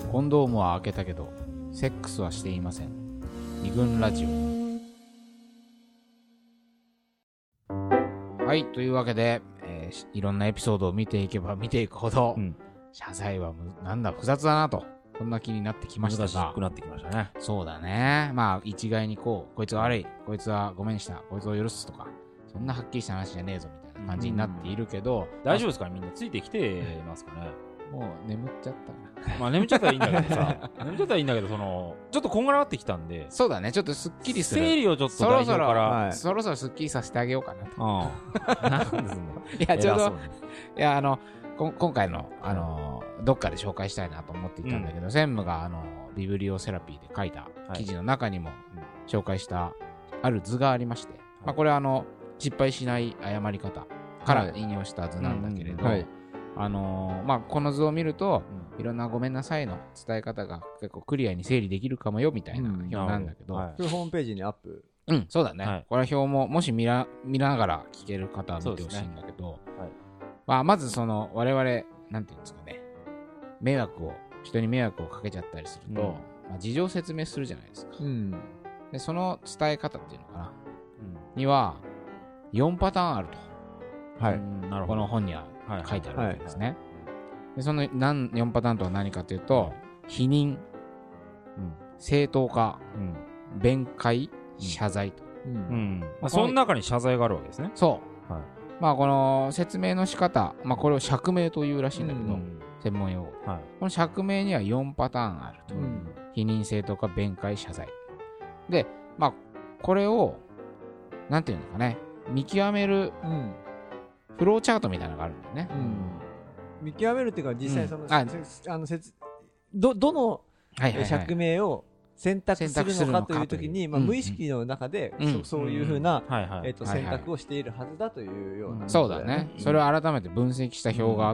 コンドームは開けたけどセックスはしていません。二軍ラジオ。はい、というわけで、いろんなエピソードを見ていけば見ていくほど、謝罪はなんだ複雑だなと、こんな気になってきましたが、 難しくなってきましたね。 そうだね。まあ一概にこいつは悪い、こいつはごめんした、こいつを許すとか、そんなはっきりした話じゃねえぞみたいな感じになっているけど、 大丈夫ですかね、みんなついてきてますかね。 もう眠っちゃったな。 まあ眠っちゃったらいいんだけどさ、眠っちゃったらいいんだけど、ちょっとこんがらがってきたんで、 そうだね、ちょっとすっきりする。 整理をちょっと代表から、 そろそろすっきりさせてあげようかなと。 なんですね。 いや、ちょうど、 偉そうにいや、今回の、どっかで紹介したいなと思っていたんだけど、専務が、ビブリオセラピーで書いた記事の中にも紹介したある図がありまして、まあ、これは失敗しない謝り方から引用した図なんだけれど、まあ、この図を見ると、いろんなごめんなさいの伝え方が結構クリアに整理できるかもよみたいな表なんだけど、 これホームページにアップ。 そうだね。 はいこれは表も、もし見ながら聞ける方は見てほしいんだけど、まあ、まず我々、なんていうんですかね、人に迷惑をかけちゃったりすると、まあ、事情説明するじゃないですか。で、その伝え方っていうのかな、には、4パターンあると。 なるほど。 この本には書いてあるわけですね。で、その4パターンとは何かというと、否認、正当化、弁解、謝罪と。 その中に謝罪があるわけですね。 そう。まあ、この説明の仕方、まあ、これを釈明というらしいんだけど、専門用語。この釈明には4パターンあると。否認、正当化、弁解、謝罪。で、まあ、これを、なんていうのかね、見極める、フローチャートみたいなのがあるんだよね。 見極めるっていうか、実際どの釈明を選択するのかというときに、無意識の中でそういうふうな選択をしているはずだというような。 そうだね。それを改めて分析した表があって、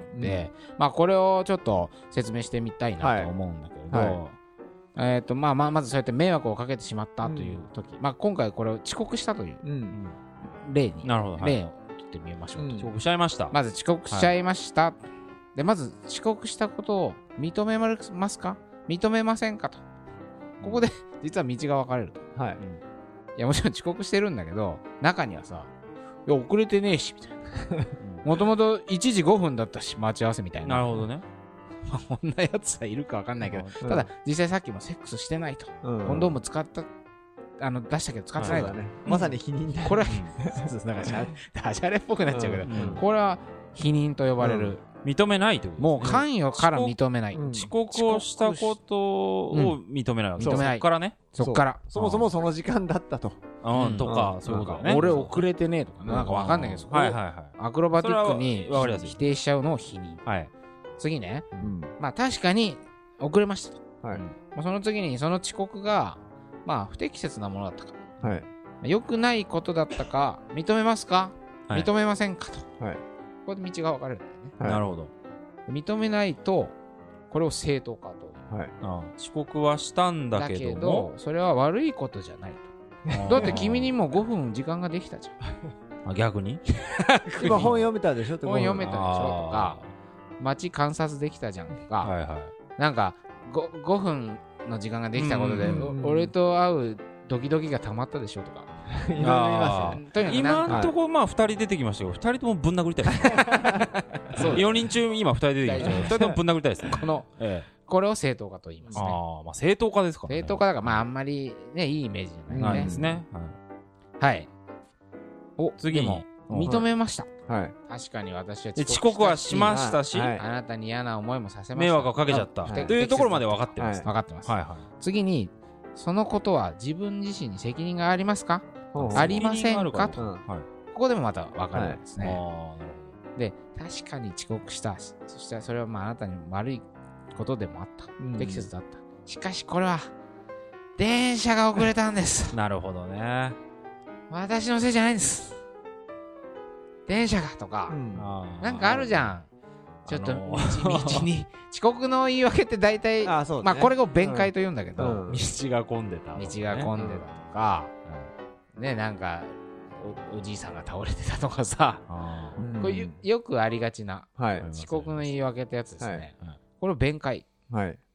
まあこれをちょっと説明してみたいなと思うんだけれど、まずそうやって迷惑をかけてしまったという時、まあ今回これを遅刻したという例を取ってみましょうと。 遅刻しちゃいました。 まず遅刻しちゃいました。で、まず遅刻したことを認めますか認めませんかと。ここで実は道が分かれると。いや、もちろん遅刻してるんだけど、中にはさ、いや、遅れてねえし、みたいな。もともと1時5分だったし、待ち合わせみたいな。 なるほどね。 まあ、こんなやつはいるか分かんないけど、ただ、実際さっきもセックスしてないと。コンドーム出したけど使ってないと。 まさに否認だ。 これは、なんかダジャレっぽくなっちゃうけど、これは否認と呼ばれる。 認めないということ。 もう関与から認めない。 遅刻をしたことを認めないわけです。 認めない。 そっからね。 そっから。 そもそもその時間だったと。 とか、そういうことだね。 俺遅れてねえとか、なんかわかんないけど、アクロバティックに否定しちゃうのを否認。次ね。まあ確かに遅れましたと。その次にその遅刻が、まあ不適切なものだったか。良くないことだったか、認めますか認めませんかと。ここで道が分かれるんだよね。 なるほど。 認めないと、これを正当化と。 遅刻はしたんだけど、 それは悪いことじゃないと。だって君にも5分時間ができたじゃん。 逆に今本読めたでしょ本読めたでしょとか、街観察できたじゃんとか、なんか5分の時間ができたことで、俺と会うドキドキが溜まったでしょとか。 今んとこまあ2人出てきましたけど、2人ともぶん殴りたいです4人中今2人出てきましたけど、2人ともぶん殴りたいですね。 これを正当化と言いますね。 まあ正当化ですかね。 正当化だから、まああんまりね、いいイメージじゃないですね。 はい。 次に認めました。確かに私は遅刻はしましたし、 あなたに嫌な思いもさせました。 迷惑をかけちゃったというところまで分かってます。 分かってます。次に、そのことは自分自身に責任がありますかありませんかと。ここでもまた分かるんですね。で、確かに遅刻した。そしたらそれはまああなたに悪いことでもあった。不適切だった。しかしこれは、電車が遅れたんです。 なるほどね。 私のせいじゃないんです。電車がとか、なんかあるじゃん。ちょっと道に遅刻の言い訳って大体、まあこれを弁解と言うんだけど、 道が混んでた。 道が混んでたとか、ね、なんかおじいさんが倒れてたとかさ、これよくありがちな遅刻の言い訳ってやつですね。これを弁解。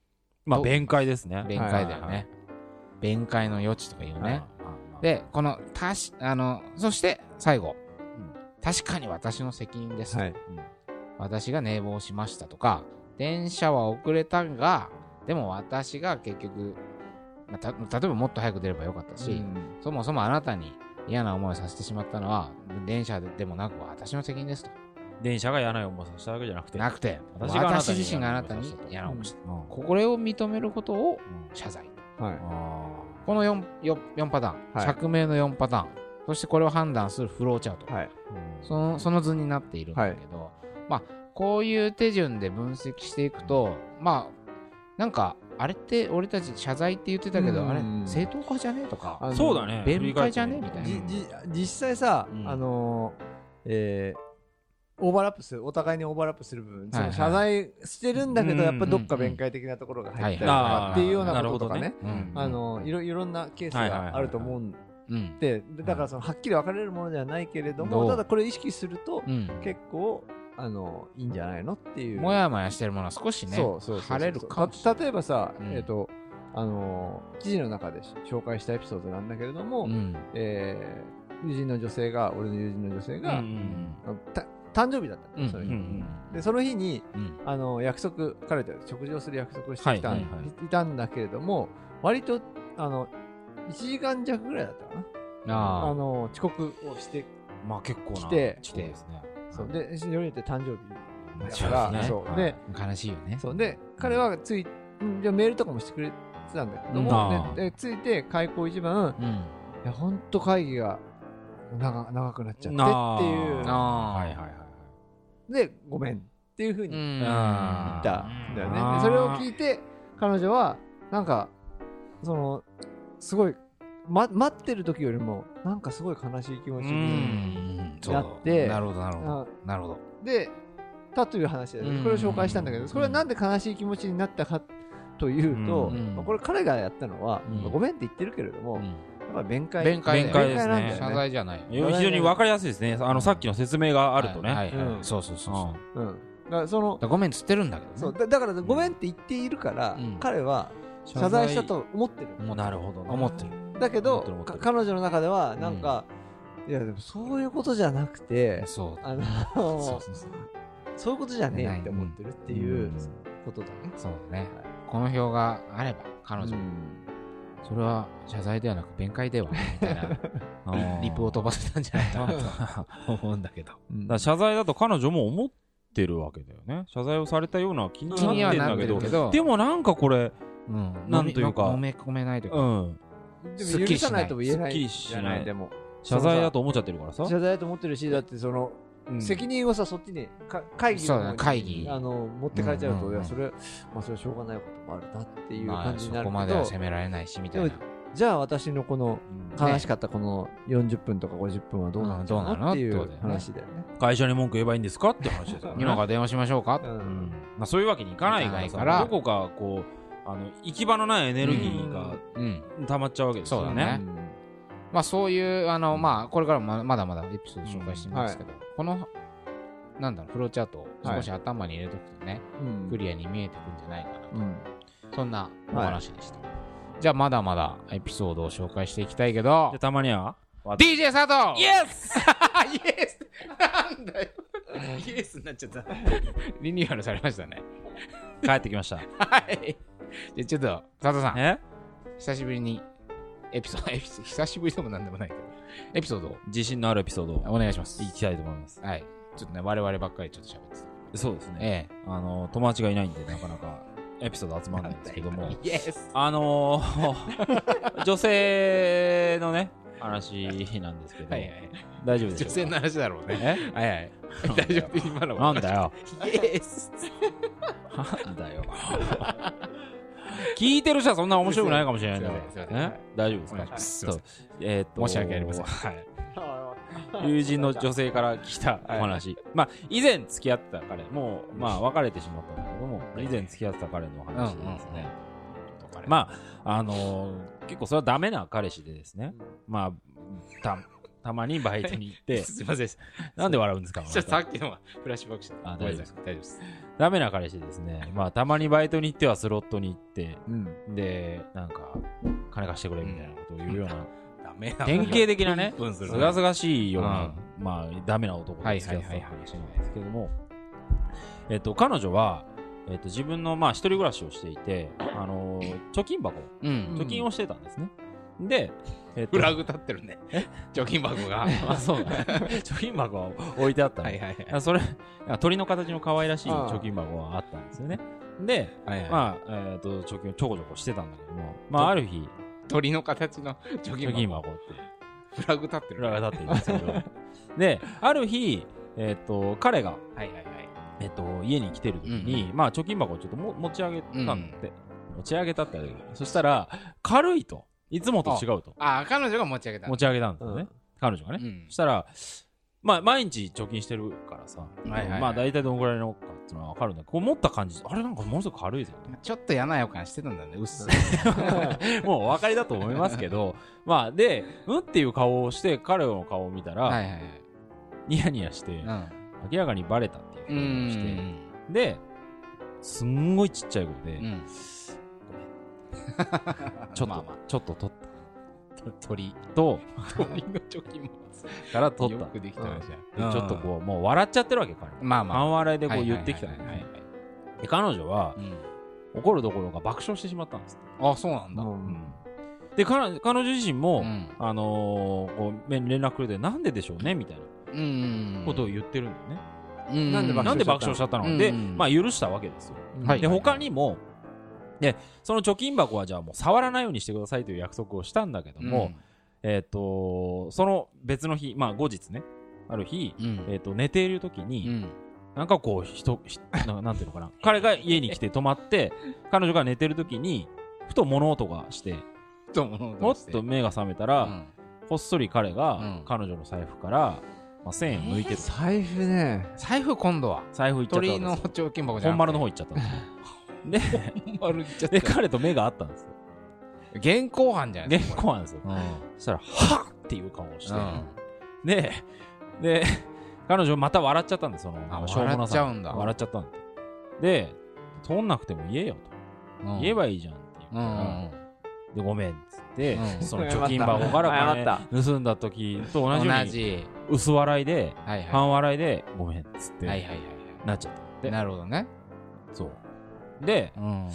まあ弁解ですね。 弁解だよね。弁解の余地とか言うね。で、このそして最後、確かに私の責任です。私が寝坊しましたとか、電車は遅れたが、でも私が結局、例えばもっと早く出ればよかったし、そもそもあなたに嫌な思いをさせてしまったのは、電車でもなく私の責任ですと。 電車が嫌な思いをさせたわけじゃなくて、 私自身があなたに嫌な思いをした。これを認めることを謝罪。この4パターン、釈明の4パターン、そしてこれを判断するフローチャート、その図になっているんだけど、まあ、こういう手順で分析していくと、まあ、なんか、あれって俺たち謝罪って言ってたけど、あれ正当化じゃねとか、 そうだね、 弁解じゃねみたいな。 実際さ、オーバーラップする、お互いにオーバーラップする部分、謝罪してるんだけど、やっぱどっか弁解的なところが入ったりとかっていうようなこととかね、いろんなケースがあると思うんで、だからはっきり分かれるものではないけれども、ただこれを意識すると、結構、いいんじゃないのっていう。 もやもやしてるものは少しね、晴れるかもしれない。 例えばさ、記事の中で紹介したエピソードなんだけれども、友人の女性が、俺の友人の女性が、誕生日だったの、その日。で、その日に、約束、彼と食事をする約束をしていたんだけれども、割と、1時間弱ぐらいだったかな。遅刻をして、 まあ結構な。 来て、 ですね。 そうで、よりによって誕生日だから、そうで、 悲しいよね。 そうで、彼はじゃメールとかもしてくれてたんだけども、でついて開口一番、いや本当会議が長くなっちゃってっていう、でごめんっていうふうに言ったんだよね。でそれを聞いて彼女はなんかすごい待ってる時よりもなんかすごい悲しい気持ちになって、 なるほどでたという話で、これを紹介したんだけど、それはなんで悲しい気持ちになったかというと、これ彼がやったのはごめんって言ってるけれども、やっぱり弁解ですね。 謝罪じゃない。 非常に分かりやすいですね。さっきの説明があるとね。 そうそうそう。 だごめんっつってるんだけど。 だからごめんって言っているから彼は謝罪したと思ってる。 なるほど。 思ってる。 だけど彼女の中ではなんか、いやでもそういうことじゃなくて、そういうことじゃねえって思ってるっていうことだね。 そうだね。この表があれば彼女、それは謝罪ではなく弁解ではみたいなリプを飛ばせたんじゃないかなと思うんだけど。 謝罪だと彼女も思ってるわけだよね。謝罪をされたような気になってるんだけど、でもなんかこれなんというか揉め込めないというか、 でも許さないとも言えないじゃない。でも謝罪だと思っちゃってるからさ。 謝罪だと思ってるし、だって責任をさ、そっちに会議持ってかれちゃうと、それはしょうがないこともあるなっていう感じになるけど、 そこまでは責められないしみたいな。 じゃあ私のこの悲しかったこの40分とか50分はどうなのっていう話だよね。 会社に文句言えばいいんですかって話ですよね。 今から電話しましょうか。 そういうわけにいかないからどこかこう行き場のないエネルギーが溜まっちゃうわけですよね。 まあそういうまあこれからもまだまだエピソード紹介してみますけど、このなんだろうフローチャートを少し頭に入れとくとね、クリアに見えてくるんじゃないかなと、そんなお話でした。じゃあまだまだエピソードを紹介していきたいけど、 たまには DJ 佐藤イエスイエスなんだよイエスになっちゃったリニューアルされましたね。 帰ってきました。 はい。じゃあちょっと佐藤さん、久しぶりにエピソード久しぶりでもなんでもないけどエピソード自信のあるエピソードをお願いします。 いきたいと思います。 はい。ちょっとね我々ばっかりちょっと喋ってた。そうですね。友達がいないんでなかなかエピソード集まらないんですけども、 イエス女性のね話なんですけど、大丈夫ですか？ 女性の話だろうね。はいはい。大丈夫今のなんだよ。 イエスなんだよ。聞いてる人はそんな面白くないかもしれないんだけど、大丈夫ですか？ 申し訳ありません。 友人の女性から来たお話。まあ以前付き合ってた彼、もうまあ別れてしまったんだけども、以前付き合ってた彼のお話でですね。まあ結構それはダメな彼氏でですね。まあたまにバイトに行ってすいません。 なんで笑うんですか？ ちょっとさっきのがフラッシュバックして。 あ、 大丈夫です。大丈夫です。 ダメな彼氏ですね。まあたまにバイトに行ってはスロットに行って、でなんか金貸してくれみたいなことを言うようなダメな典型的なね、 すがすがしいような、まあダメな男が付き合ってたはい話なんですけども、彼女は自分のまあ一人暮らしをしていて、貯金箱、貯金をしてたんですね。で、 フラグ立ってるね。貯金箱が。 あ、そうだ。貯金箱が置いてあったの。それ、鳥の形の可愛らしい貯金箱があったんですよね。で、まあ、貯金をちょこちょこしてたんだけども、まあ、ある日、 鳥の形の貯金箱って。フラグ立ってる。 フラグ立ってるんですけど。で、ある日、彼が、家に来てる時に、まあ、貯金箱をちょっと持ち上げたんだって。持ち上げたってあれ。そしたら、軽いと。いつもと違うと。 彼女が持ち上げた。 持ち上げたんですよね。彼女がね。そしたら、まあ、毎日貯金してるからさ、まあ、大体どのぐらいのかっていうのは分かるんだけど、こう持った感じ、あれなんかものすごく軽いぜ。 ちょっと嫌な予感してたんだね、うっす。 もうお分かりだと思いますけど、まあ、で、っていう顔をして、彼の顔を見たら、ニヤニヤして、明らかにバレたっていう顔をして、で、すんごいちっちゃい声で、ちょっと取った。鳥の貯金箱から取った。 よくできた話ちょっとこう、もう笑っちゃってるわけ、彼。半笑いでこう言ってきた。で、彼女は、怒るどころか爆笑してしまったんです。 あ、そうなんだ。 で、彼女自身も、こう連絡くれて、なんででしょうねみたいなことを言ってるんだよね。なんで爆笑しちゃったので、まあ許したわけですよ。で、他にも、で、その貯金箱はじゃあもう触らないようにしてくださいという約束をしたんだけども、その別の日、まあ後日ね、ある日、寝ている時に、なんかこう、なんていうのかな、彼が家に来て泊まって、彼女が寝てる時に、ふと物音がして、もっと目が覚めたら、こっそり彼が彼女の財布から、まあ、1000円抜いてる。 財布ね。 財布今度は。 財布行っちゃった。 鳥の貯金箱じゃん。 本丸の方行っちゃったんですよ。で、彼と目が合ったんですよ。 現行犯じゃないですか。現行犯ですよ。そしたら、はっっていう顔をして。で、彼女また笑っちゃったんですよ。 笑っちゃうんだ。 笑っちゃったんで。取んなくても言えよと。言えばいいじゃんって言ったら、で、ごめんっつって、その貯金箱から盗んだ時と同じように、薄笑いで、半笑いで、ごめんっつって、なっちゃった。 なるほどね。 そう。で、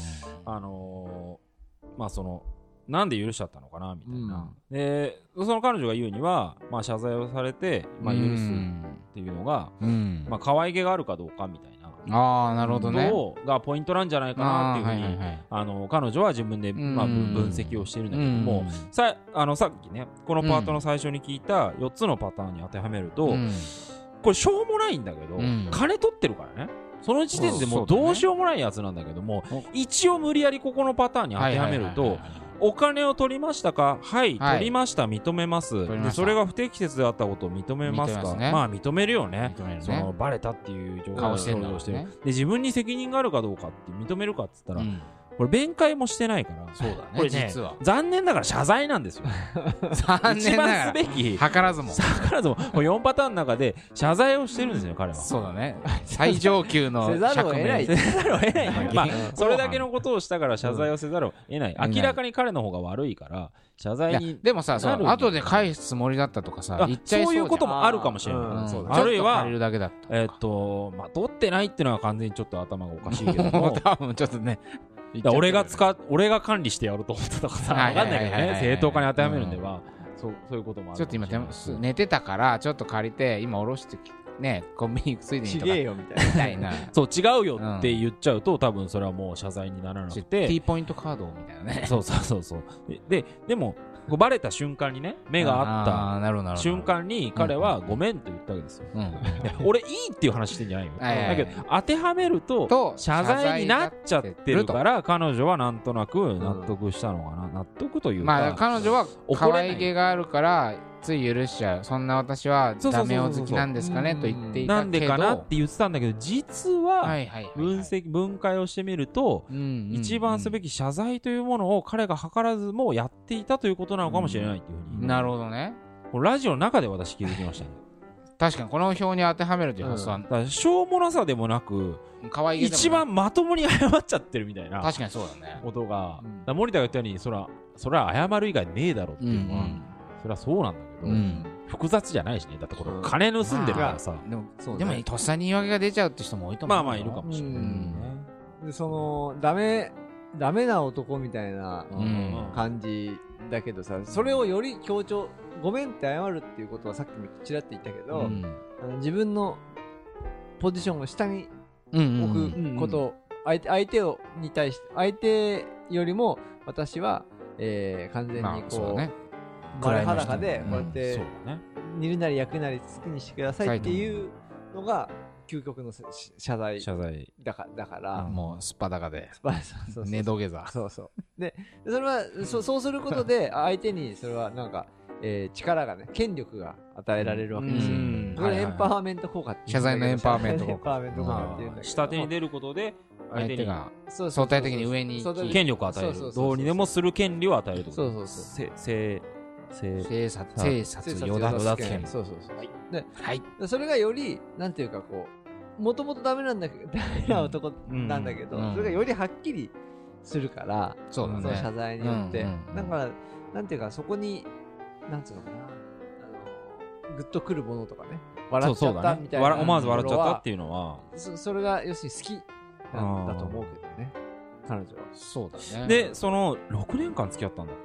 まあなんで許しちゃったのかなみたいな。で、その彼女が言うには、まあ謝罪をされて、まあ許すっていうのが、まあ可愛げがあるかどうかみたいな。 なるほどね。 がポイントなんじゃないかなっていうふうに、彼女は自分でまあ分析をしているんだけども、さっきね、このパートの最初に聞いた4つのパターンに当てはめると、これしょうもないんだけど、金取ってるからね。その時点でもうどうしようもないやつなんだけども、一応無理やりここのパターンに当てはめると、お金を取りましたか？はい、取りました、認めます。で、それが不適切であったことを認めますか？まあ認めるよね。そのバレたっていう情報をしてる。で、自分に責任があるかどうかって認めるかって言ったら、これ弁解もしてないから、 そうだね、 これね、残念ながら謝罪なんですよ。 残念ながら。 一番すべき。 図らずも。 図らずも。4パターンの中で謝罪をしてるんですよ、彼は。 そうだね。最上級のせざるを得ない。 せざるを得ない。まあ、それだけのことをしたから謝罪をせざるを得ない。明らかに彼の方が悪いから、謝罪に。 でもさ、後で返すつもりだったとかさ、言っちゃいそういうこともあるかもしれない。あるいは、まあ、取ってないっていうのは完全にちょっと頭がおかしいけども。 多分ちょっとね。 俺が管理してやると思ってたからさ、わかんないけどね、正当化に当てはめるんでは、そういうこともある。 ちょっと今、寝てたから、ちょっと借りて、今下ろして、ね、コンビニついでにとか。 ちげえよみたいな。 そう、違うよって言っちゃうと、多分それはもう謝罪にならなくて。 T ポイントカードみたいなね。 そう。でも、バレた瞬間にね、目が合った瞬間に彼はごめんと言ったわけですよ。俺いいっていう話してんじゃないよ。だけど当てはめると謝罪になっちゃってるから彼女はなんとなく納得したのかな。納得というか。 まあ彼女は可愛げがあるからつい許しちゃう。そんな私はダメ男好きなんですかねと言っていたけど。 なんでかなって言ってたんだけど、実は分解をしてみると、一番すべき謝罪というものを彼が図らずもやっていたということなのかもしれないっていうふうに。 なるほどね。 これラジオの中で私気づきましたね。 確かにこの表に当てはめるという発想は、 だからしょうもなさでもなく可愛い一番まともに謝っちゃってるみたいな確かにそうだねことが、だから森田が言ったようにそれは謝る以外ねえだろっていうのは、それはそうなんだけど、複雑じゃないしね。だってこれ金盗んでるからさ。 でもとっさに言い訳が出ちゃうって人も多いと思う。 まあまあいるかもしれないね。 でそのダメな男みたいな感じだけどさ、それをより強調、ごめんって謝るっていうことはさっきもちらっと言ったけど、自分のポジションを下に置くこと、相手に対して相手よりも私は、完全にこう丸裸でこうやって煮るなり焼くなり好きにしてくださいっていうのが究極の謝罪だから、 もうすっぱだかで寝土下座。 そうそうでそれはそうすることで相手にそれはなんか力がね、権力が与えられるわけですよ。それエンパワーメント効果って謝罪のエンパワーメント効果っていうんだけど、 下手に出ることで相手が相対的に上に権力を与える、どうにでもする権利を与えるってこと。 そうそう生殺与奪権。 そうで、それがよりなんていうかこう、もともとダメな男なんだけど、それがよりはっきりするから、その謝罪によって、だからなんていうかそこになんつうのかな、グッとくるものとかね、笑っちゃったみたいな、 思わず笑っちゃったっていうのは、 それが要するに好きなんだと思うけどね、彼女は。 そうだね。 でその6年間付き合ったんだって。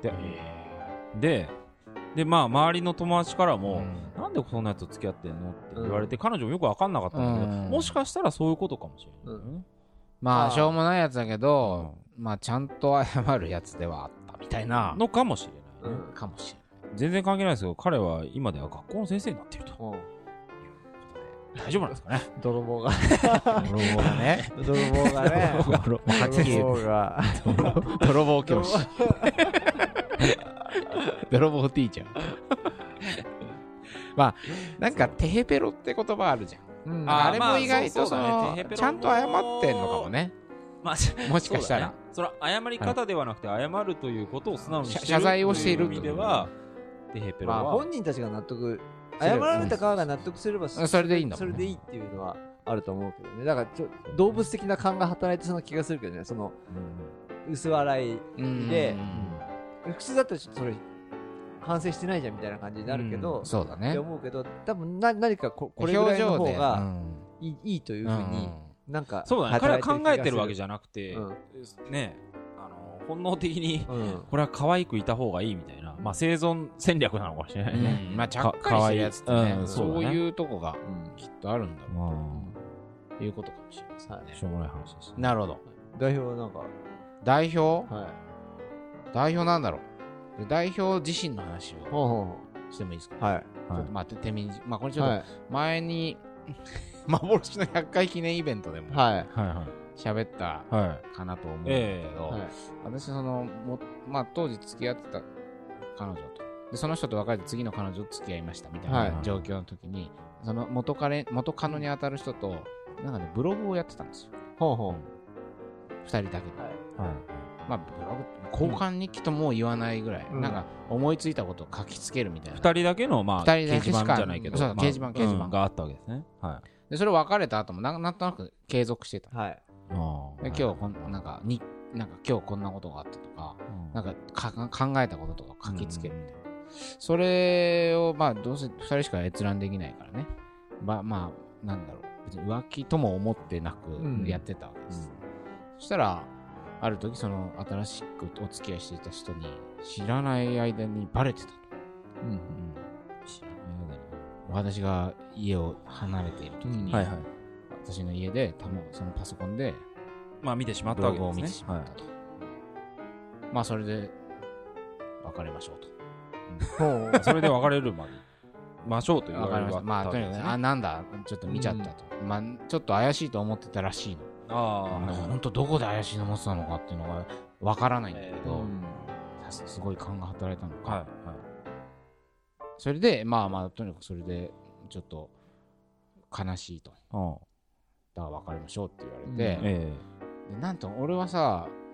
でまあ周りの友達からも、なんでそんなやつと付き合ってんのって言われて、彼女もよく分かんなかったんだけど、もしかしたらそういうことかもしれないね。 まあしょうもないやつだけど、まあちゃんと謝るやつではあったみたいなのかもしれない。 かもしれない。 全然関係ないですけど、彼は今では学校の先生になっているということで、大丈夫なんですかね。 泥棒がね泥棒教師泥棒ティーチャーまあなんかテヘペロって言葉あるじゃん、あれも意外とちゃんと謝ってんのかもね。 まあ、 もしかしたらそれは謝り方ではなくて謝るということを素直にしている謝罪をしているという意味では、テヘペロは本人たちが納得、謝られた側が納得すればそれでいいんだもんね。 それでいいっていうのはあると思うけどね。だから動物的な勘が働いてそうな気がするけどね、その薄笑いで、普通だったらそれ反省してないじゃんみたいな感じになるけど、 そうだねって思うけど、多分何かこれぐらいの方がいいというふうになんかそうだね、彼は考えてるわけじゃなくて、ね、本能的にこれは可愛くいた方がいいみたいな、まあ生存戦略なのかもしれないね。 まあちゃっかりしてるやつってね、そういうとこがきっとあるんだろうということかもしれませんね。 しょうもない話です。 なるほど。 代表はなんか代表なんだろう。代表自身の話をしてもいいですか。 はい。 ちょっとまあ手短に、まあこれちょっと前に幻の100回記念イベントでも喋ったかなと思うんだけど、私まあ当時付き合ってた彼女と、でその人と別れて次の彼女と付き合いましたみたいな状況の時に、その元カノに当たる人となんかねブログをやってたんですよ。2人だけで。まあブログ交換日記とも言わないぐらい、なんか思いついたことを書きつけるみたいな。 2人だけのまあ掲示板じゃないけど、 掲示板があったわけですね。 でそれ別れた後もなんとなく継続してた。で今日なんか今日こんなことがあったとか、なんか考えたこととか書きつけるみたいな。それをまあどうせ2人しか閲覧できないからね。まあなんだろう、別に浮気とも思ってなくやってたわけです。そしたらある時その新しくお付き合いしていた人に知らない間にバレてたと。知らない間に。私が家を離れている時に、私の家でそのパソコンでまあ見てしまったわけですね。 見てしまったと。まあそれで別れましょうと。それで別れるましょうと言われるわけですね。 まあとにかくなんだちょっと見ちゃったと。まあちょっと怪しいと思ってたらしいの。本当どこで怪しいの持ってたのかっていうのがわからないんだけど、すごい勘が働いたのか。それでまあとにかくそれでちょっと悲しいと。だから別れましょうって言われて、でなんと俺はさ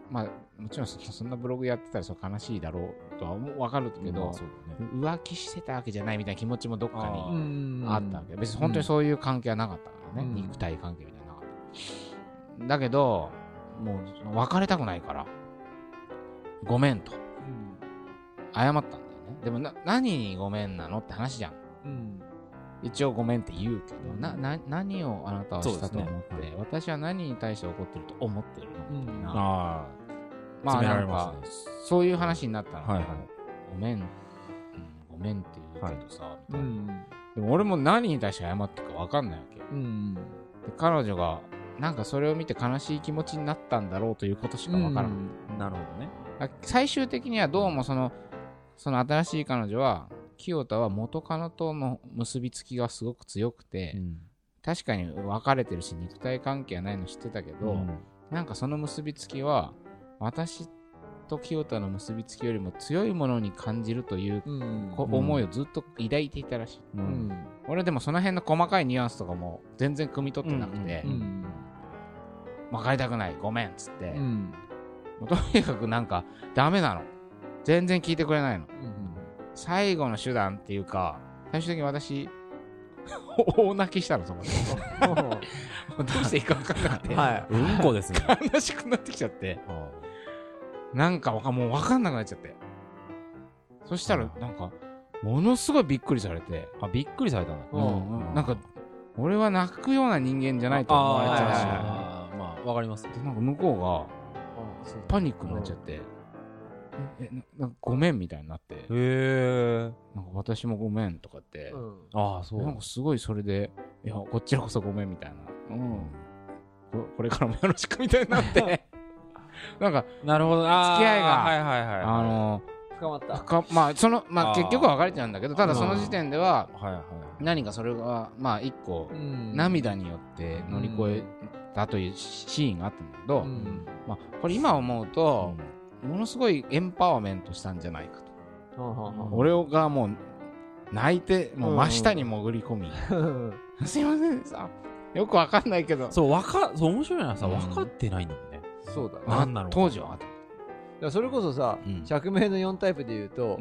まあもちろんそんなブログやってたらそう悲しいだろうとは分かるけど、浮気してたわけじゃないみたいな気持ちもどっかにあったわけ。別に本当にそういう関係はなかったからね、肉体関係みたいなのなかった。だけどもう別れたくないからごめんと謝ったんだよね。でも何にごめんなのって話じゃん。一応ごめんって言うけど、何をあなたはしたと思って、私は何に対して怒ってると思ってるのみたいな。まあなんかそういう話になったの。ごめんごめんって言うけどさ、でも俺も何に対して謝ってるか分かんないわけ。で彼女がなんかそれを見て悲しい気持ちになったんだろうということしか分からない。 なるほどね。 最終的にはどうもその新しい彼女は清田は元カノとの結びつきがすごく強くて、確かに別れてるし肉体関係はないの知ってたけど、なんかその結びつきは私と清田の結びつきよりも強いものに感じるという思いをずっと抱いていたらしい。俺でもその辺の細かいニュアンスとかも全然汲み取ってなくて、別れたくないごめんっつって、もうとにかくなんかダメなの、全然聞いてくれないの。最後の手段っていうか、最終的に私大泣きしたの、そこでどうしていいか分かんなくて、 うんこですね。 悲しくなってきちゃって、なんかもう分かんなくなっちゃって、そしたらなんかものすごいびっくりされて。 びっくりされたんだ。 なんか俺は泣くような人間じゃないと思われちゃうし、 まあわかります。 なんか向こうがパニックになっちゃって、なんかごめんみたいになって、なんか私もごめんとかって、そうなんかすごいそれで、いやこちらこそごめんみたいな、これからもよろしくみたいになってなんかなるほど、 付き合いが深まった。 まあ結局は別れちゃうんだけど、ただその時点では何かそれがまあ一個涙によって乗り越えたというシーンがあったんだけど、まあこれ今思うとものすごいエンパワーメントしたんじゃないかと。俺がもう泣いてもう真下に潜り込み、すいませんさ、よくわかんないけど、 そう面白いのはさ、分かってないんだもんね。 そうだね。 何なの当時はそれこそさ、釈明の4タイプで言うと、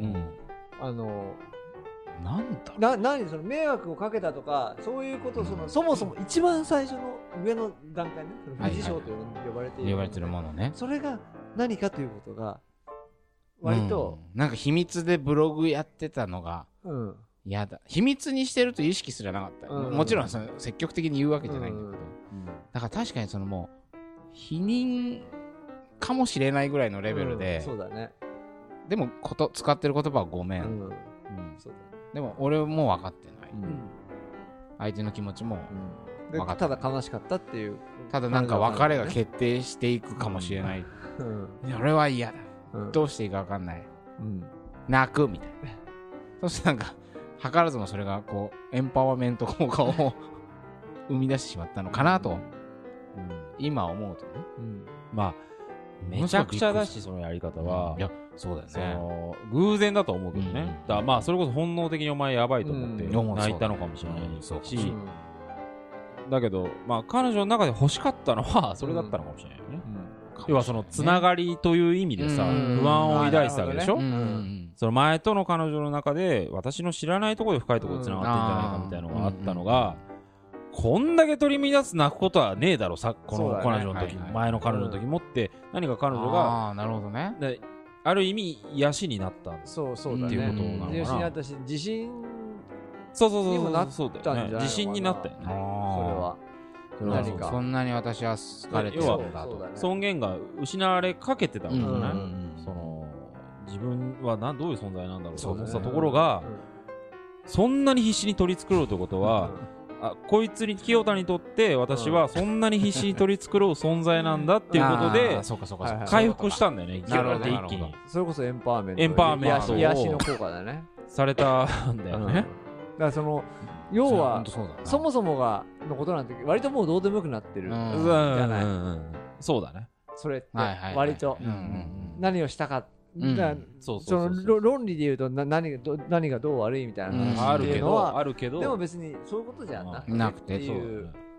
何その迷惑をかけたとかそういうこと、そもそも一番最初の上の段階ね、不二章と呼ばれているものね、 それが何かということが割となんか秘密でブログやってたのが嫌だ。秘密にしてるという意識すらなかった。もちろん積極的に言うわけじゃないんだけど、だから確かにもう否認かもしれないぐらいのレベルで、 そうだね。 でも使ってる言葉はごめん、でも俺も分かってない、相手の気持ちも分かってない、 ただ悲しかったっていう、 ただなんか別れが決定していくかもしれない、俺は嫌だ、どうしていいか分かんない、泣くみたいな。そしてなんか図らずもそれがこうエンパワーメント効果を生み出してしまったのかなと、今思うとね、 まあめちゃくちゃだし、そのやり方は。 いや、そうだよね。 偶然だと思うけどね。だからまあそれこそ本能的にお前やばいと思って泣いたのかもしれないし、だけどまあ彼女の中で欲しかったのはそれだったのかもしれないよね。要はそのつながりという意味でさ、不安を抱いてたわけでしょ。その前との彼女の中で私の知らないところで深いところでつながってんじゃないかみたいなのがあったのが、こんだけ取り乱す泣くことはねえだろ、この彼女の時、前の彼女の時もって、何か彼女がなるほどね、 ある意味癒しになったっていうことなのかな。 癒しになったし、自信にもなったんじゃないのかな。 自信になったよね。それは何かそんなに私は好かれてるんだと、 尊厳が失われかけてたわけじゃない。自分はどういう存在なんだろうと思ったところが、そんなに必死に取り繕うということは、こいつに清田にとって私はそんなに必死に取り繕う存在なんだっていうことで回復したんだよね、ギューって一気に。 それこそエンパワーメント、癒しの効果だね、されたんだよね。 だから要はそもそもがのことなんて割ともうどうでもよくなってるじゃない。 そうだね、 それって割と何をしたか、論理で言うと何がどう悪いみたいな話っていうのはあるけど、 でも別にそういうことじゃなくてっていう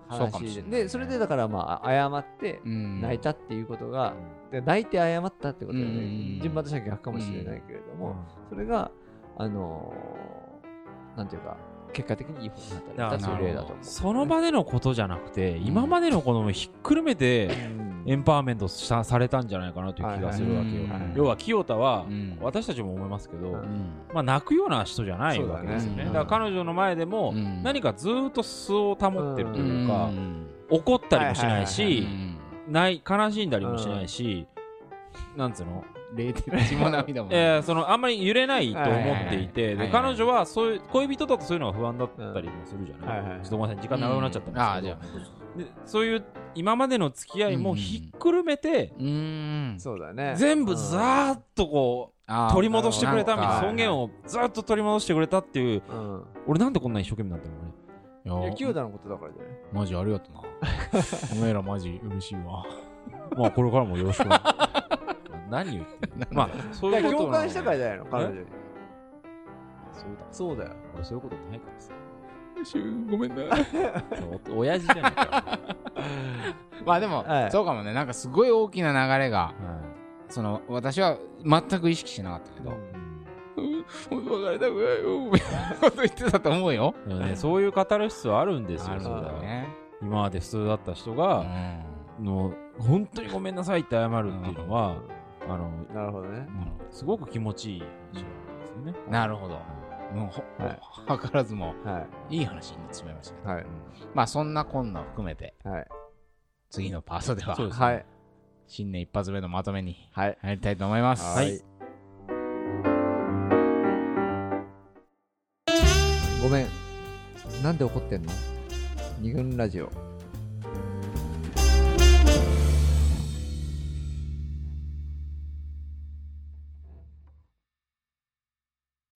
話で、それでだからまあ謝って泣いたっていうことが、泣いて謝ったってことでね、順番としては逆かもしれないけれども、それがなんていうか結果的にいい方になったそういう例だと思う。 その場でのことじゃなくて、今までのこともひっくるめてエンパワーメントされたんじゃないかなという気がするわけよ。要は清田は私たちも思いますけど、まあ泣くような人じゃないわけですよね。だから彼女の前でも何かずっと素を保ってるというか、怒ったりもしないし、悲しんだりもしないし、なんつうの、 冷徹血も涙もあんまり揺れないと思っていて、で彼女はそういう恋人だとそういうのが不安だったりもするじゃない。ちょっとごめんなさい、時間長くなっちゃったんですけど、でそういう今までの付き合いもひっくるめて、 そうだね、 全部ざーっとこう取り戻してくれたみたいな、尊厳をずっと取り戻してくれたっていう。俺なんでこんな一生懸命になったのね。いや、清田のことだからじゃない。 マジありがとな。お前らマジ嬉しいわ。 まあこれからもよろしく。何言ってんの。まあそういうこと共感したからじゃないの、彼女に。 そうだよ。俺そういうことないからさ。 ごめんな。 親父じゃないか。 まあでもそうかもね。なんかすごい大きな流れが、その私は全く意識しなかったけど、別れたくないよみたいなこと言ってたと思うよ。 そういう語る必要あるんですよ。今まで普通だった人が本当にごめんなさいって謝るっていうのは、 なるほどね、 すごく気持ちいい話なんですよね。 なるほど。もう図らずもいい話になってしまいましたけど、まあそんなこんなを含めて、次のパートでは新年一発目のまとめに入りたいと思います。 ごめん、なんで怒ってんの？二軍ラジオ。